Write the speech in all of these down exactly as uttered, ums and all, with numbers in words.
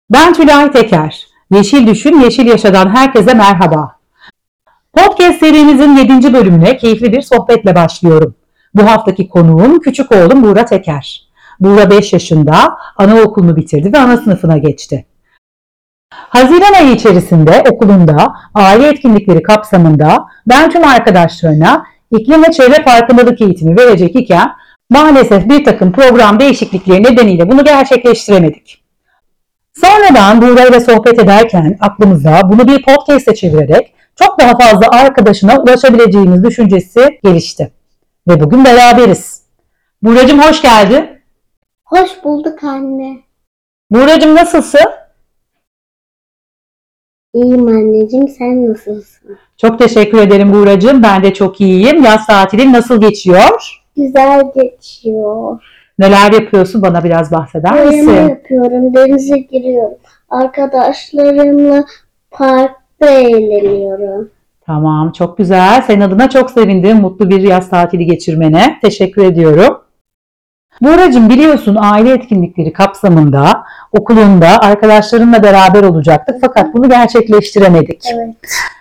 Ben Tülay Teker. Yeşil Düşün, Yeşil Yaşadan herkese merhaba. Podcast serimizin yedinci bölümüne keyifli bir sohbetle başlıyorum. Bu haftaki konuğum küçük oğlum Buğra Teker. Buğra beş yaşında, anaokulunu bitirdi ve ana sınıfına geçti. Haziran ayı içerisinde okulunda aile etkinlikleri kapsamında ben tüm arkadaşlarına iklim ve çevre farkındalık eğitimi verecek iken maalesef bir takım program değişiklikleri nedeniyle bunu gerçekleştiremedik. Sonradan Buğra ile sohbet ederken aklımıza bunu bir podcast'e çevirerek çok daha fazla arkadaşına ulaşabileceğimiz düşüncesi gelişti. Ve bugün beraberiz. Buğracığım hoş geldin. Hoş bulduk anne. Buğracığım nasılsın? İyiyim anneciğim, sen nasılsın? Çok teşekkür ederim Buğracığım. Ben de çok iyiyim. Yaz tatilin nasıl geçiyor? Güzel geçiyor. Neler yapıyorsun? Bana biraz bahseder misin? Boyama yapıyorum, denize giriyorum. Arkadaşlarımla parkta eğleniyorum. Tamam, çok güzel. Senin adına çok sevindim. Mutlu bir yaz tatili geçirmene. Teşekkür ediyorum. Buğracığım biliyorsun aile etkinlikleri kapsamında okulunda arkadaşlarınla beraber olacaktık fakat bunu gerçekleştiremedik. Evet.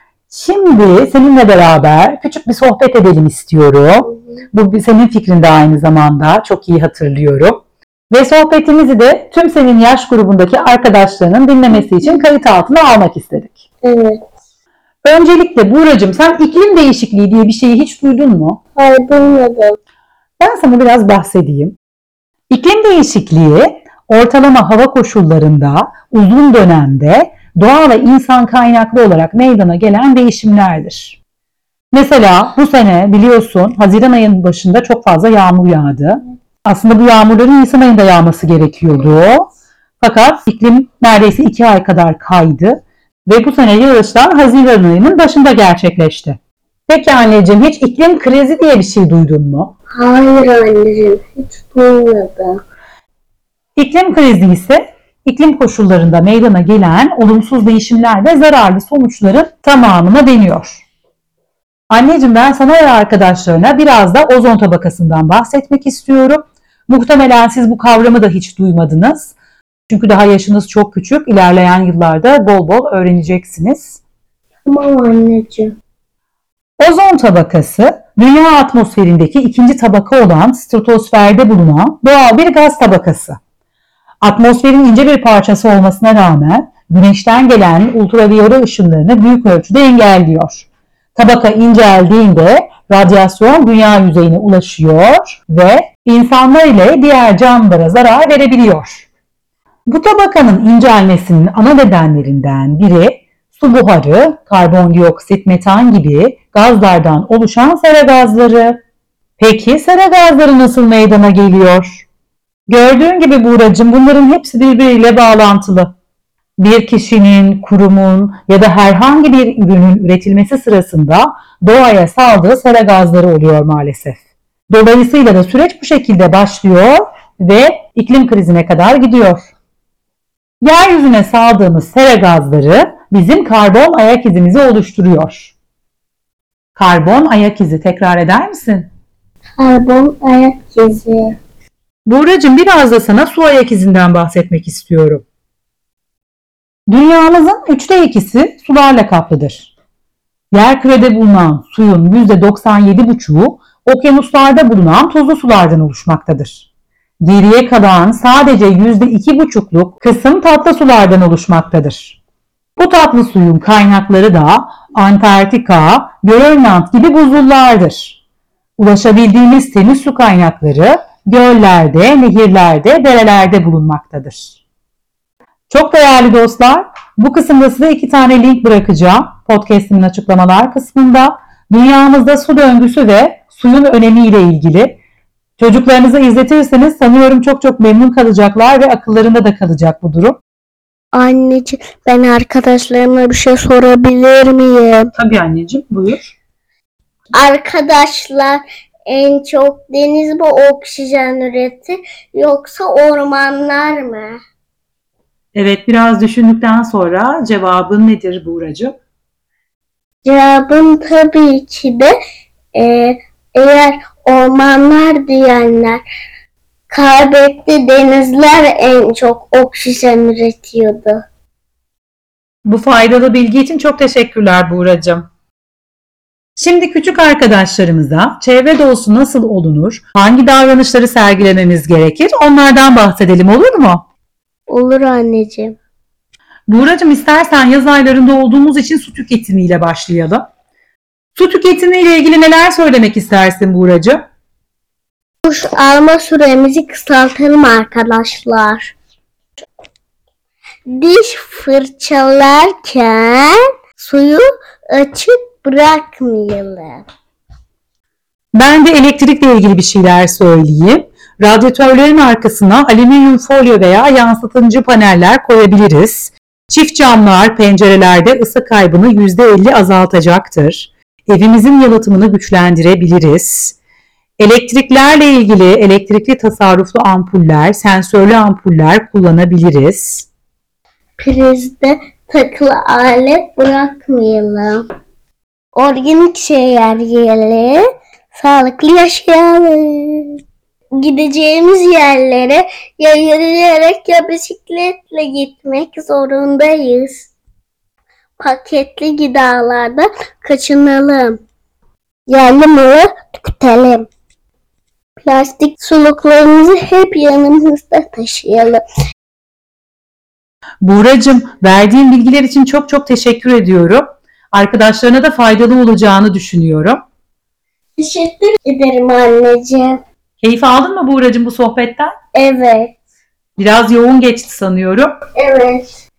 Şimdi seninle beraber küçük bir sohbet edelim istiyorum. Bu senin fikrin de aynı zamanda çok iyi hatırlıyorum. Ve sohbetimizi de tüm senin yaş grubundaki arkadaşlarının dinlemesi için kayıt altına almak istedik. Evet. Öncelikle Buğracığım sen iklim değişikliği diye bir şeyi hiç duydun mu? Hayır, duymadım. Ben sana biraz bahsedeyim. İklim değişikliği ortalama hava koşullarında uzun dönemde doğa ve insan kaynaklı olarak meydana gelen değişimlerdir. Mesela bu sene biliyorsun Haziran ayının başında çok fazla yağmur yağdı. Aslında bu yağmurların Nisan ayında yağması gerekiyordu. Fakat iklim neredeyse iki ay kadar kaydı ve bu sene yağışlar Haziran ayının başında gerçekleşti. Peki anneciğim hiç iklim krizi diye bir şey duydun mu? Hayır anneciğim, hiç duymadım. İklim krizi ise iklim koşullarında meydana gelen olumsuz değişimler ve zararlı sonuçların tamamına deniyor. Anneciğim ben sana ve arkadaşlarına biraz da ozon tabakasından bahsetmek istiyorum. Muhtemelen siz bu kavramı da hiç duymadınız. Çünkü daha yaşınız çok küçük. İlerleyen yıllarda bol bol öğreneceksiniz. Tamam anneciğim. Ozon tabakası, dünya atmosferindeki ikinci tabaka olan stratosferde bulunan doğal bir gaz tabakası. Atmosferin ince bir parçası olmasına rağmen güneşten gelen ultraviyole ışınlarını büyük ölçüde engelliyor. Tabaka inceldiğinde radyasyon dünya yüzeyine ulaşıyor ve insanlar ile diğer canlılara zarar verebiliyor. Bu tabakanın incelmesinin ana nedenlerinden biri su buharı, karbondioksit, metan gibi gazlardan oluşan sera gazları. Peki sera gazları nasıl meydana geliyor? Gördüğün gibi Buğracığım bunların hepsi birbiriyle bağlantılı. Bir kişinin, kurumun ya da herhangi bir ürünün üretilmesi sırasında doğaya saldığı sera gazları oluyor maalesef. Dolayısıyla da süreç bu şekilde başlıyor ve iklim krizine kadar gidiyor. Yeryüzüne saldığımız sera gazları bizim karbon ayak izimizi oluşturuyor. Karbon ayak izi tekrar eder misin? Karbon ayak izi. Buğracığım biraz da sana su ayak izinden bahsetmek istiyorum. Dünyamızın üçte ikisi sularla kaplıdır. Yerkürede bulunan suyun yüzde doksan yedi buçuğu okyanuslarda bulunan tuzlu sulardan oluşmaktadır. Geriye kalan sadece yüzde iki buçukluk kısım tatlı sulardan oluşmaktadır. Bu tatlı suyun kaynakları da Antarktika, Grönland gibi buzullardır. Ulaşabildiğimiz temiz su kaynakları göllerde, nehirlerde, derelerde bulunmaktadır. Çok değerli dostlar, bu kısımda size iki tane link bırakacağım podcast'imin açıklamalar kısmında. Dünyamızda su döngüsü ve suyun önemi ile ilgili. Çocuklarınıza izletirseniz sanıyorum çok çok memnun kalacaklar ve akıllarında da kalacak bu durum. Anneciğim, ben arkadaşlarıma bir şey sorabilir miyim? Tabii anneciğim, buyur. Arkadaşlar, en çok deniz mi oksijen üretir yoksa ormanlar mı? Evet, biraz düşündükten sonra cevabın nedir Buğracığım? Cevabım tabii ki de e, eğer ormanlar diyenler Kaybettiği denizler en çok oksijen üretiyordu. Bu faydalı bilgi için çok teşekkürler Buğracığım. Şimdi küçük arkadaşlarımıza çevre dostu nasıl olunur, hangi davranışları sergilememiz gerekir onlardan bahsedelim, olur mu? Olur anneciğim. Buğracığım, istersen yaz aylarında olduğumuz için su tüketimiyle başlayalım. Su tüketimiyle ilgili neler söylemek istersin Buğracığım? Duş alma süremizi kısaltalım arkadaşlar. Diş fırçalarken suyu açık bırakmayalım. Ben de elektrikle ilgili bir şeyler söyleyeyim. Radyatörlerin arkasına alüminyum folyo veya yansıtıcı paneller koyabiliriz. Çift camlar pencerelerde ısı kaybını yüzde elli azaltacaktır. Evimizin yalıtımını güçlendirebiliriz. Elektriklerle ilgili elektrikli tasarruflu ampuller, sensörlü ampuller kullanabiliriz. Prizde takılı alet bırakmayalım. Organik şeyler yiyelim, sağlıklı yaşayalım. Gideceğimiz yerlere ya yürüyerek ya bisikletle gitmek zorundayız. Paketli gıdalardan kaçınalım. Yerli malı tüketelim. Plastik suluklarımızı hep yanımızda taşıyalım. Buğracığım, verdiğin bilgiler için çok çok teşekkür ediyorum. Arkadaşlarına da faydalı olacağını düşünüyorum. Teşekkür ederim anneciğim. Keyif aldın mı Buğracığım bu sohbetten? Evet, Biraz yoğun geçti sanıyorum. evet.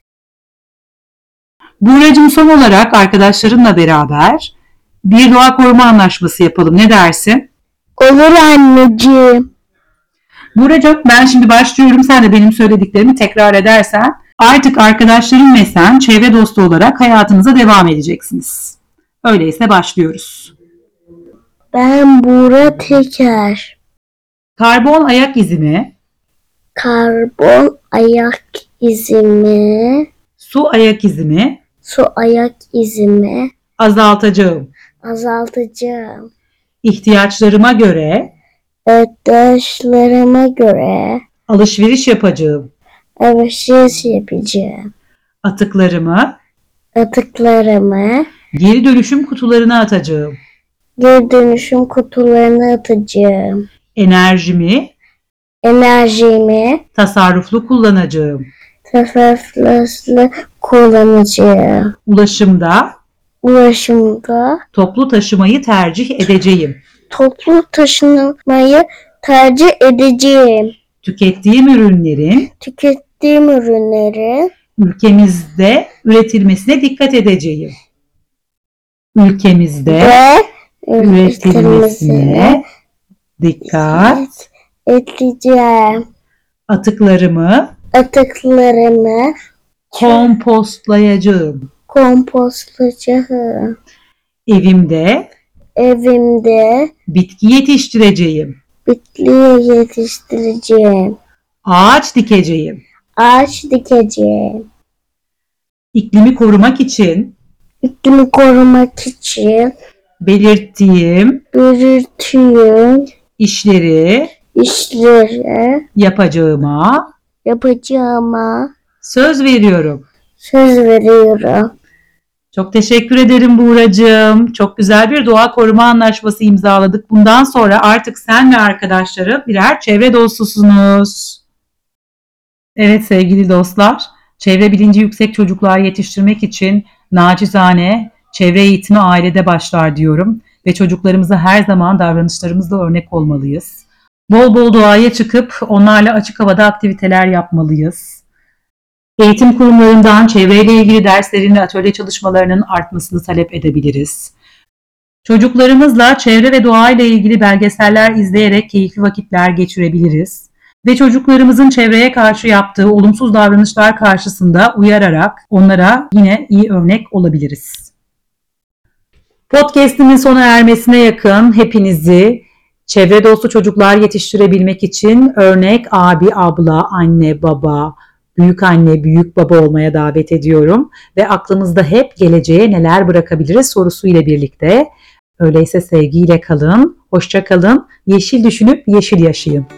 Buğracığım, son olarak arkadaşlarınla beraber bir doğa koruma anlaşması yapalım. Ne dersin? Olur anneciğim. Buğracığım, ben şimdi başlıyorum. Sen de benim söylediklerimi tekrar edersen artık arkadaşların ve sen çevre dostu olarak hayatınıza devam edeceksiniz. Öyleyse başlıyoruz. Ben Buğra Teker. Karbon ayak izimi, Karbon ayak izimi, su ayak izimi su ayak izimi azaltacağım. azaltacağım. İhtiyaçlarıma göre Arkadaşlarıma göre alışveriş yapacağım. alışveriş yapacağım. Atıklarımı Atıklarımı geri dönüşüm kutularına atacağım. geri dönüşüm kutularına atacağım. Enerjimi Enerjimi tasarruflu kullanacağım. tasarruflu kullanacağım. Ulaşımda Ulaşımda toplu taşımayı tercih edeceğim. toplu taşımayı tercih edeceğim. Tükettiğim ürünlerin Tükettiğim ürünleri ülkemizde üretilmesine dikkat edeceğim. Ülkemizde ve üretilmesine dikkat, edeceğim. atıklarımı Atıklarımı kompostlayacağım. kompostlayacağım. Evimde Evimde bitki yetiştireceğim. bitki yetiştireceğim. Ağaç dikeceğim. Ağaç dikeceğim. İklimi korumak için İklimi korumak için belirttiğim belirtiyorum işleri işleri yapacağıma yapacağıma söz veriyorum. söz veriyorum. Çok teşekkür ederim Buğracığım. Çok güzel bir doğa koruma anlaşması imzaladık. Bundan sonra artık sen ve arkadaşların birer çevre dostusunuz. Evet sevgili dostlar, çevre bilinci yüksek çocuklar yetiştirmek için nacizane çevre eğitimi ailede başlar diyorum. Ve çocuklarımıza her zaman davranışlarımızla örnek olmalıyız. Bol bol doğaya çıkıp onlarla açık havada aktiviteler yapmalıyız. Eğitim kurumlarından çevreyle ilgili derslerin ve atölye çalışmalarının artmasını talep edebiliriz. Çocuklarımızla çevre ve doğayla ilgili belgeseller izleyerek keyifli vakitler geçirebiliriz. Ve çocuklarımızın çevreye karşı yaptığı olumsuz davranışlar karşısında uyararak onlara yine iyi örnek olabiliriz. Podcast'imin sona ermesine yakın hepinizi çevre dostu çocuklar yetiştirebilmek için örnek abi, abla, anne, baba, büyük anne, büyük baba olmaya davet ediyorum. Ve aklımızda hep geleceğe neler bırakabiliriz sorusu ile birlikte. Öyleyse sevgiyle kalın, hoşça kalın, yeşil düşünüp yeşil yaşayın.